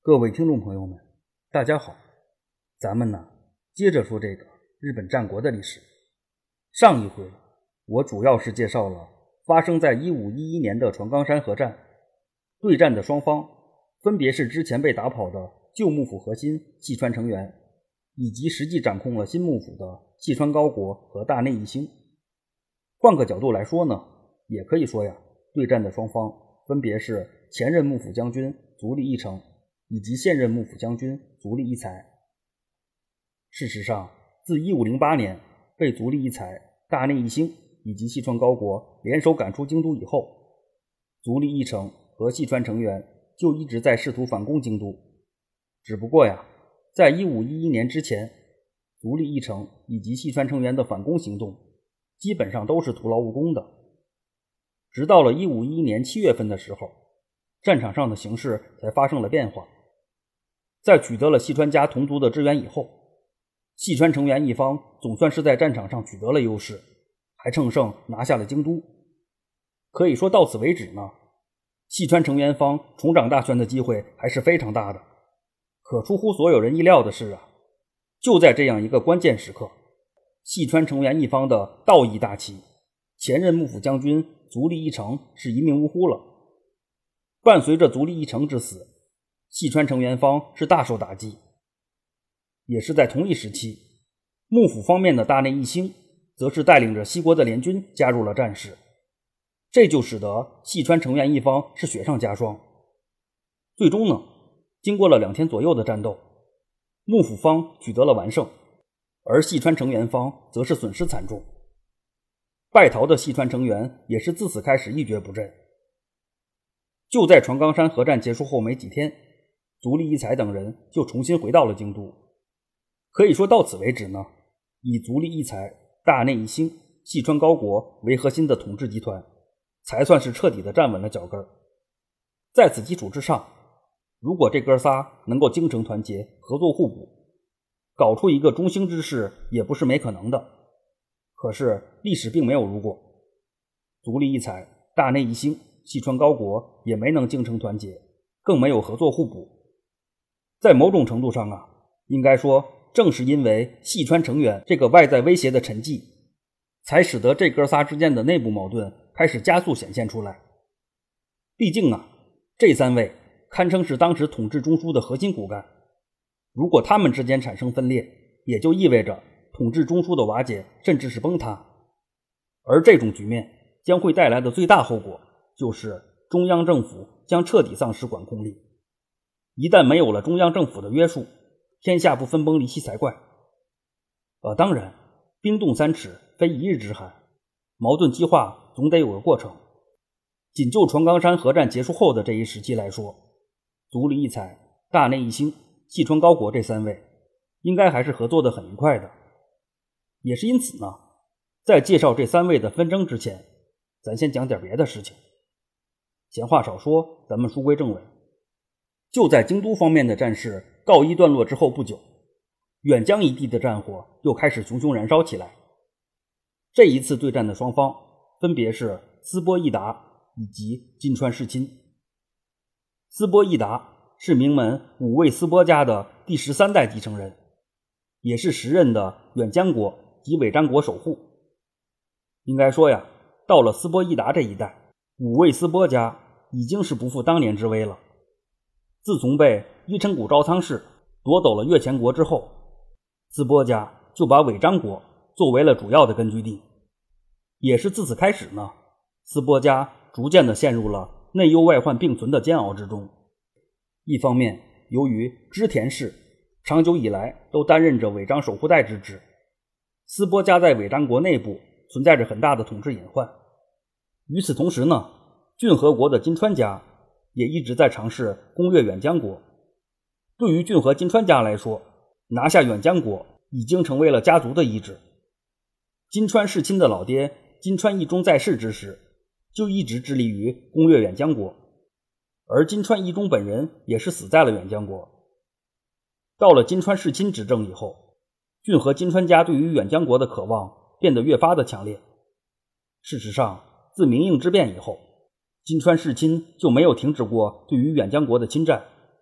各位听众朋友们，大家好，咱们呢接着说这个日本战国的历史。上一回我主要是介绍了发生在1511年的船冈山合战，对战的双方分别是之前被打跑的旧幕府核心细川成员，以及实际掌控了新幕府的细川高国和大内义兴。换个角度来说呢，也可以说呀，对战的双方分别是前任幕府将军足利义成以及现任幕府将军足利义才。事实上，自1508年被足利义才、大内义兴以及细川高国联手赶出京都以后，足利义成和细川成员就一直在试图反攻京都。只不过呀，在1511年之前，足利义成以及细川成员的反攻行动基本上都是徒劳无功的。直到了1511年7月份的时候，战场上的形势才发生了变化。在取得了细川家同族的支援以后，细川成员一方总算是在战场上取得了优势，还乘胜拿下了京都。可以说到此为止呢，细川成员方重掌大权的机会还是非常大的。可出乎所有人意料的是啊，就在这样一个关键时刻，细川成员一方的道义大旗前任幕府将军足利义成是一命呜呼了。伴随着足利义成之死，细川成员方是大受打击。也是在同一时期，幕府方面的大内义兴则是带领着西国的联军加入了战事，这就使得细川成员一方是雪上加霜。最终呢，经过了2天左右的战斗，幕府方取得了完胜，而细川成员方则是损失惨重。败逃的细川成员也是自此开始一蹶不振。就在船冈山合战结束后没几天，足利义才等人就重新回到了京都。可以说到此为止呢，以足利义才、大内义兴、细川高国为核心的统治集团才算是彻底的站稳了脚跟。在此基础之上，如果这哥仨能够精诚团结，合作互补，搞出一个中兴之势也不是没可能的。可是历史并没有如果，足利义才、大内义兴、细川高国也没能精诚团结，更没有合作互补。在某种程度上啊，应该说正是因为细川成员这个外在威胁的沉寂，才使得这哥仨之间的内部矛盾开始加速显现出来。毕竟啊，这3位堪称是当时统治中枢的核心骨干，如果他们之间产生分裂，也就意味着统治中枢的瓦解甚至是崩塌。而这种局面将会带来的最大后果就是中央政府将彻底丧失管控力。一旦没有了中央政府的约束，天下不分崩离析才怪。当然，冰冻3尺非一日之寒，矛盾激化总得有个过程。仅就船冈山合战结束后的这一时期来说，足利义才、大内义兴、细川高国这3位应该还是合作的很愉快的。也是因此呢，在介绍这3位的纷争之前，咱先讲点别的事情。闲话少说，咱们书归正文。就在京都方面的战事告一段落之后不久，远江一地的战火又开始熊熊燃烧起来。这一次对战的双方分别是斯波义达以及金川世亲。斯波义达是名门五位斯波家的第13代继承人，也是时任的远江国及尾张国守护。应该说呀，到了斯波义达这一代，五位斯波家已经是不复当年之威了。自从被伊城谷朝仓氏夺走了越前国之后，斯波家就把尾张国作为了主要的根据地。也是自此开始呢，斯波家逐渐地陷入了内忧外患并存的煎熬之中。一方面，由于织田氏长久以来都担任着尾张守护代之职，斯波家在尾张国内部存在着很大的统治隐患。与此同时呢，骏河国的金川家也一直在尝试攻略远江国。对于骏河金川家来说，拿下远江国已经成为了家族的意志。金川世亲的老爹金川义忠在世之时，就一直致力于攻略远江国，而金川义忠本人也是死在了远江国。到了金川世亲执政以后，骏河金川家对于远江国的渴望变得越发的强烈。事实上，自明应之变以后，金川世亲就没有停止过对于远江国的侵占。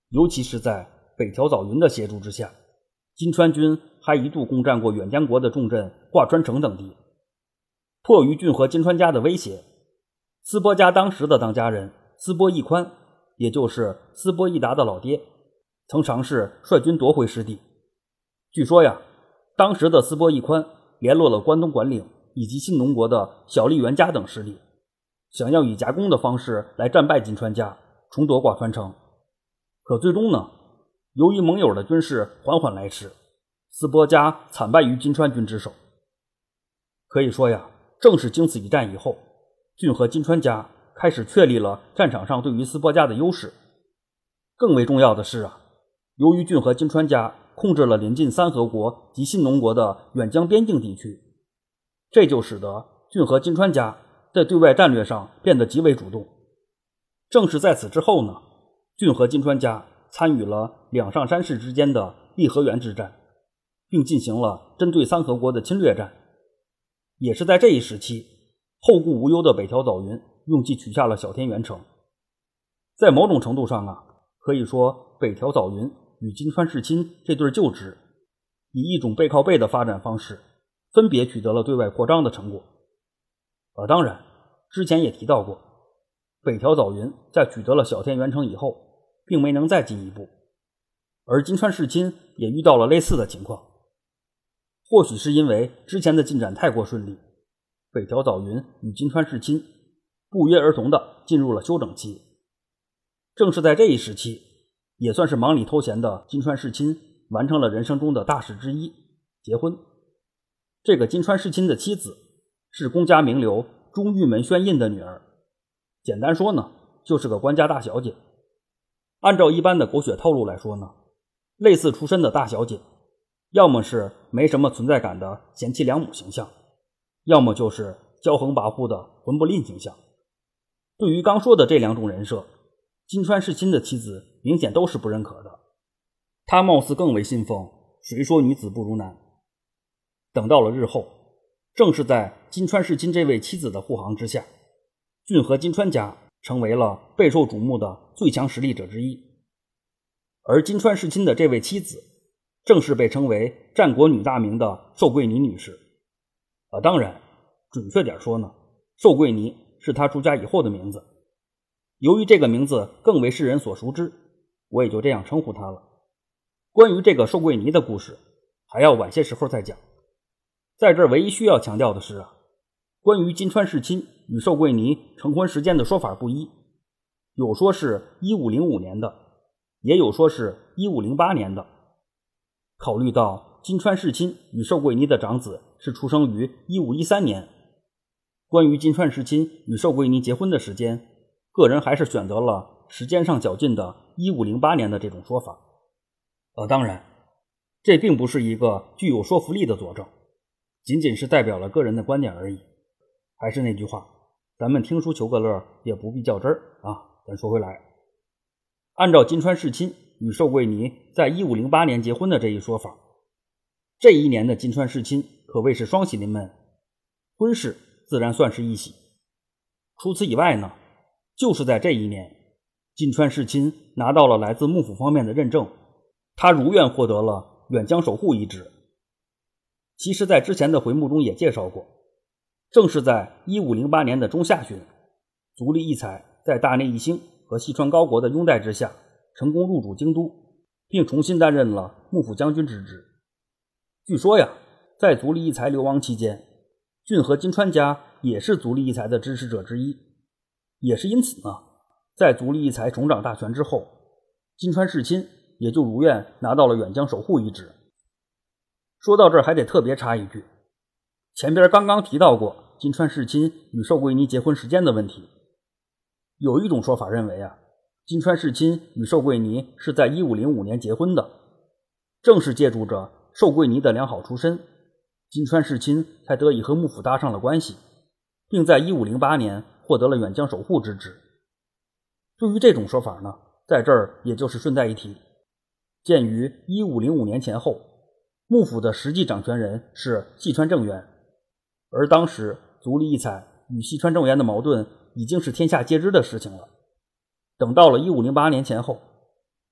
尤其是在北条早云的协助之下，金川军还一度攻占过远江国的重镇挂川城等地。迫于骏河金川家的威胁，斯波家当时的当家人斯波义宽，也就是斯波义达的老爹，曾尝试率军夺回失地。据说呀，当时的斯波义宽联络了关东管领以及信浓国的小笠原家等势力，想要以夹攻的方式来战败金川家，重夺挂川城。可最终呢，由于盟友的军事缓缓来迟，斯波家惨败于金川军之手。可以说呀，正是经此一战以后，骏河金川家开始确立了战场上对于斯波家的优势。更为重要的是啊，由于骏河金川家控制了临近三河国及信浓国的远江边境地区，这就使得骏河金川家在对外战略上变得极为主动。正是在此之后呢，骏河金川家参与了两上山市之间的颇和原之战，并进行了针对三河国的侵略战。也是在这一时期，后顾无忧的北条早云用计取下了小田原城。在某种程度上啊，可以说北条早云与金川世亲这对旧侄，以一种背靠背的发展方式，分别取得了对外扩张的成果。当然，之前也提到过，北条早云在取得了小田原城以后，并没能再进一步，而金川世亲也遇到了类似的情况。或许是因为之前的进展太过顺利，北条早云与金川世亲不约而同地进入了休整期。正是在这一时期，也算是忙里偷闲的金川世亲完成了人生中的大事之一——结婚。这个金川世亲的妻子是公家名流中玉门宣印的女儿，简单说呢，就是个官家大小姐。按照一般的狗血套路来说呢，类似出身的大小姐，要么是没什么存在感的贤妻良母形象，要么就是骄横跋扈的魂不吝形象。对于刚说的这两种人设，金川世亲的妻子明显都是不认可的。她貌似更为信奉谁说女子不如男。等到了日后，正是在金川世亲这位妻子的护航之下，骏河金川家成为了备受瞩目的最强实力者之一。而金川世亲的这位妻子正是被称为战国女大名的寿桂尼女士。当然，准确点说呢，寿桂尼是她出家以后的名字。由于这个名字更为世人所熟知，我也就这样称呼她了。关于这个寿桂尼的故事，还要晚些时候再讲。在这儿唯一需要强调的是啊，关于金川世亲与寿桂尼成婚时间的说法不一，有说是1505年的，也有说是1508年的。考虑到金川世亲与寿桂尼的长子是出生于1513年，关于金川世亲与寿桂尼结婚的时间，个人还是选择了时间上较近的1508年的这种说法。当然，这并不是一个具有说服力的佐证，仅仅是代表了个人的观点而已。还是那句话，咱们听书求个乐，也不必较真儿啊。咱说回来，按照金川世亲与寿桂尼在1508年结婚的这一说法，这一年的金川世亲可谓是双喜临门，婚事自然算是一喜。除此以外呢，就是在这一年，金川世亲拿到了来自幕府方面的认证，他如愿获得了远江守护一职。其实在之前的回目中也介绍过，正是在1508年的中下旬，足利义才在大内义兴和细川高国的拥戴之下，成功入主京都，并重新担任了幕府将军之职。据说呀，在足利义才流亡期间，骏河金川家也是足利义才的支持者之一。也是因此呢，在足利义才重掌大权之后，金川世亲也就如愿拿到了远江守护一职。说到这儿还得特别插一句，前边刚刚提到过金川世亲与寿桂尼结婚时间的问题。有一种说法认为啊，金川世亲与寿桂尼是在1505年结婚的，正是借助着寿桂尼的良好出身，金川世亲才得以和幕府搭上了关系，并在1508年获得了远江守护之职。对于这种说法呢，在这儿也就是顺带一提，鉴于1505年前后，幕府的实际掌权人是细川政元，而当时足利义才与细川政元的矛盾已经是天下皆知的事情了。等到了1508年前后，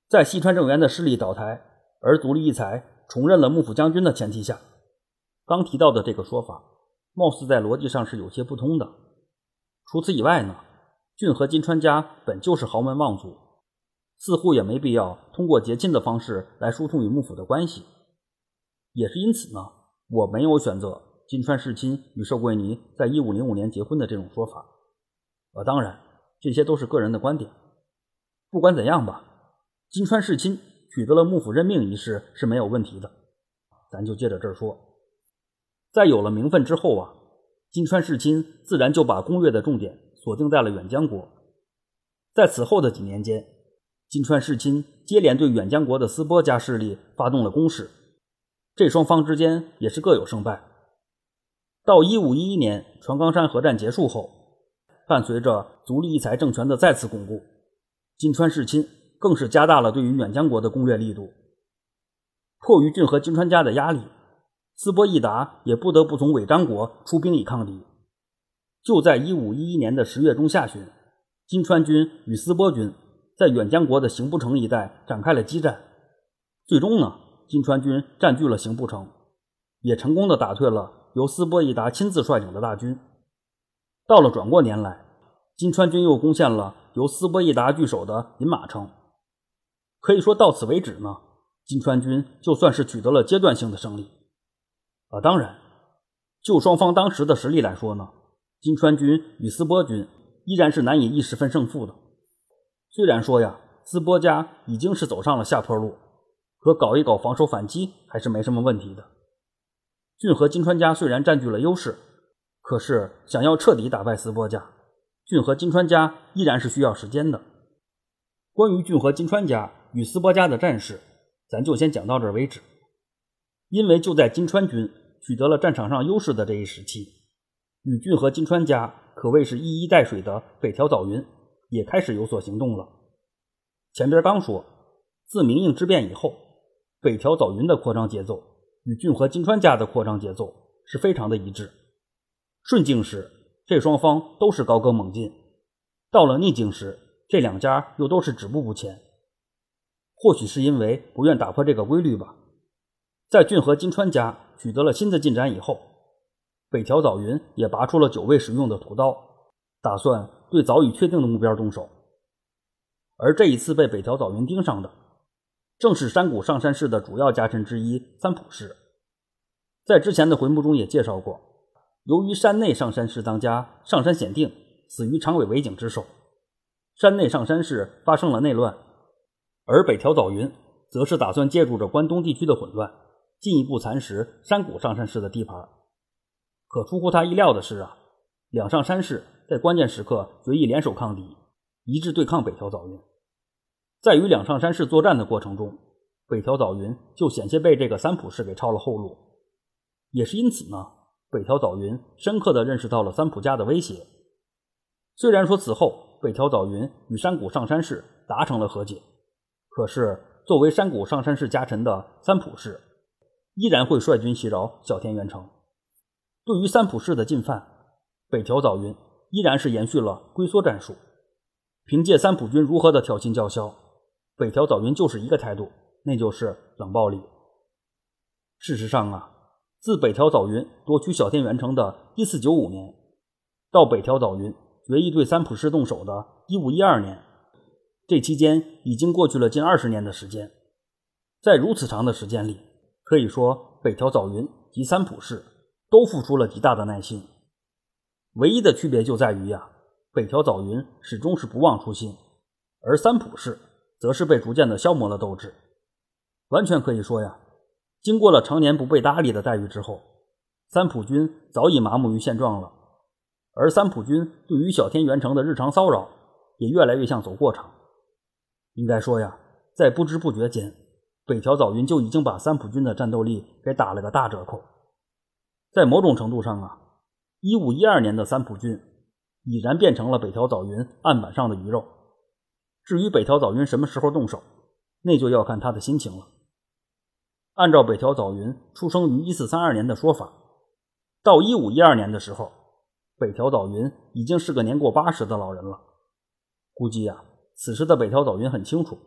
在西川政元的势力倒台，而足利义才重任了幕府将军的前提下，刚提到的这个说法貌似在逻辑上是有些不通的。除此以外呢，骏和金川家本就是豪门望族，似乎也没必要通过结亲的方式来疏通与幕府的关系。也是因此呢，我没有选择金川世亲与寿桂尼在1505年结婚的这种说法。当然，这些都是个人的观点。不管怎样吧，金川世亲取得了幕府任命一事是没有问题的。咱就接着这儿说。在有了名分之后啊，金川世亲自然就把攻略的重点锁定在了远江国。在此后的几年间，金川世亲接连对远江国的斯波家势力发动了攻势，这双方之间也是各有胜败。到1511年船冈山合战结束后，伴随着足利义才政权的再次巩固，金川世亲更是加大了对于远江国的攻略力度。迫于骏和金川家的压力，斯波义达也不得不从尾张国出兵以抗敌。就在1511年的10月中下旬，金川军与斯波军在远江国的刑部城一带展开了激战。最终呢，金川军占据了刑部城，也成功的打退了由斯波义达亲自率领的大军。到了转过年来，金川军又攻陷了由斯波义达据守的饮马城。可以说到此为止呢，金川军就算是取得了阶段性的胜利。当然，就双方当时的实力来说呢，金川军与斯波军依然是难以一时分胜负的。虽然说呀，斯波家已经是走上了下坡路，可搞一搞防守反击还是没什么问题的。骏和金川家虽然占据了优势，可是想要彻底打败斯波家，骏和金川家依然是需要时间的。关于骏和金川家与斯波家的战事，咱就先讲到这儿为止。因为就在金川军取得了战场上优势的这一时期，与骏和金川家可谓是一衣带水的北条早云也开始有所行动了。前边刚说，自明应之变以后，北条早云的扩张节奏与骏和金川家的扩张节奏是非常的一致。顺境时，这双方都是高歌猛进；到了逆境时，这两家又都是止步不前。或许是因为不愿打破这个规律吧，在骏和金川家取得了新的进展以后，北条早云也拔出了久未使用的屠刀，打算对早已确定的目标动手。而这一次被北条早云盯上的，正是山谷上山氏的主要家臣之一三浦氏。在之前的回目中也介绍过，由于山内上山氏当家上山显定死于长尾尾井之手，山内上山氏发生了内乱，而北条早云则是打算借助着关东地区的混乱，进一步蚕食山谷上山氏的地盘。可出乎他意料的是啊，两上山氏在关键时刻决意联手抗敌，一致对抗北条早云。在与两上山氏作战的过程中，北条早云就险些被这个三浦氏给抄了后路。也是因此呢，北条早云深刻地认识到了三浦家的威胁。虽然说此后北条早云与山谷上山氏达成了和解，可是作为山谷上山氏家臣的三浦氏依然会率军袭扰小田原城。对于三浦氏的进犯，北条早云依然是延续了龟缩战术。凭借三浦军如何的挑衅叫嚣，北条早云就是一个态度，那就是冷暴力。事实上啊，自北条早云夺取小田原城的1495年，到北条早云决意对三浦氏动手的1512年，这期间已经过去了近20年的时间。在如此长的时间里，可以说北条早云及三浦氏都付出了极大的耐心。唯一的区别就在于呀，北条早云始终是不忘初心，而三浦氏则是被逐渐的消磨了斗志。完全可以说呀，经过了常年不被搭理的待遇之后，三浦军早已麻木于现状了。而三浦军对于小田原城的日常骚扰也越来越像走过场。应该说呀，在不知不觉间，北条早云就已经把三浦军的战斗力给打了个大折扣。在某种程度上啊，1512年的三浦军已然变成了北条早云案板上的鱼肉。至于北条早云什么时候动手，那就要看他的心情了。按照北条早云出生于1432年的说法，到1512年的时候，北条早云已经是个年过80的老人了。估计此时的北条早云很清楚，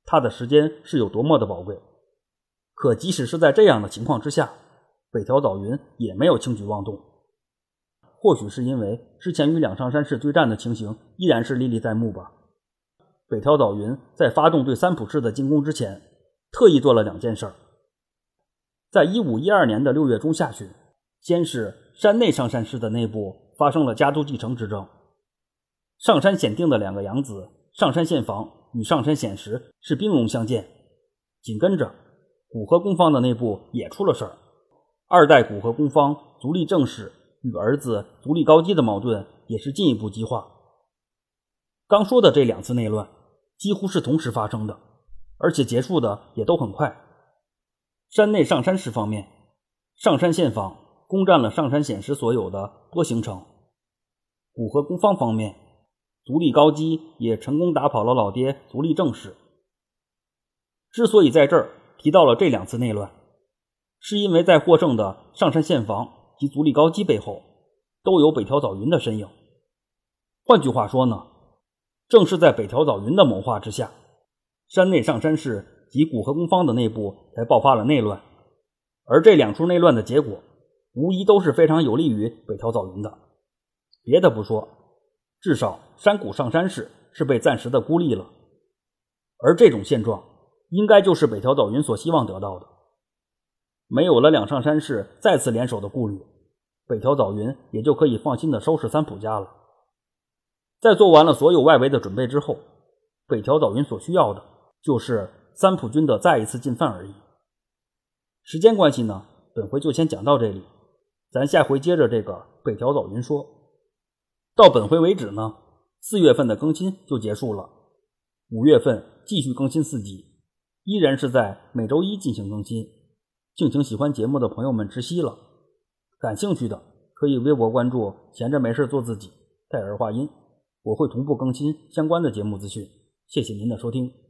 他的时间是有多么的宝贵。可即使是在这样的情况之下，北条早云也没有轻举妄动。或许是因为之前与两上山氏对战的情形依然是历历在目吧。北条早云在发动对三浦氏的进攻之前，特意做了2件事。在1512年的6月中下旬，先是山内上山氏的内部发生了家督继承之争，上山显定的2个养子上山宪房与上山显实是兵戎相见。紧跟着古河公方的内部也出了事儿，2代古河公方足利政氏与儿子足利高基的矛盾也是进一步激化。刚说的这2次内乱几乎是同时发生的，而且结束的也都很快。山内上山氏方面，上山宪房攻占了上山显实所有的多行城；古河公方方面，足利高基也成功打跑了老爹足利政氏。之所以在这儿提到了这2次内乱，是因为在获胜的上山宪房及足利高基背后都有北条早云的身影。换句话说呢，正是在北条早云的谋划之下，山内上山氏及古河公方的内部才爆发了内乱，而这2出内乱的结果无疑都是非常有利于北条早云的。别的不说，至少山谷上山氏是被暂时的孤立了，而这种现状应该就是北条早云所希望得到的。没有了两上山氏再次联手的顾虑，北条早云也就可以放心的收拾三浦家了。在做完了所有外围的准备之后，北条早云所需要的就是三浦军的再一次进犯而已。时间关系呢，本回就先讲到这里，咱下回接着这个北条早云说。到本回为止呢，4月份的更新就结束了，5月份继续更新4集，依然是在每周一进行更新，敬请喜欢节目的朋友们知悉了。感兴趣的可以微博关注闲着没事做自己戴尔话音，我会同步更新相关的节目资讯。谢谢您的收听。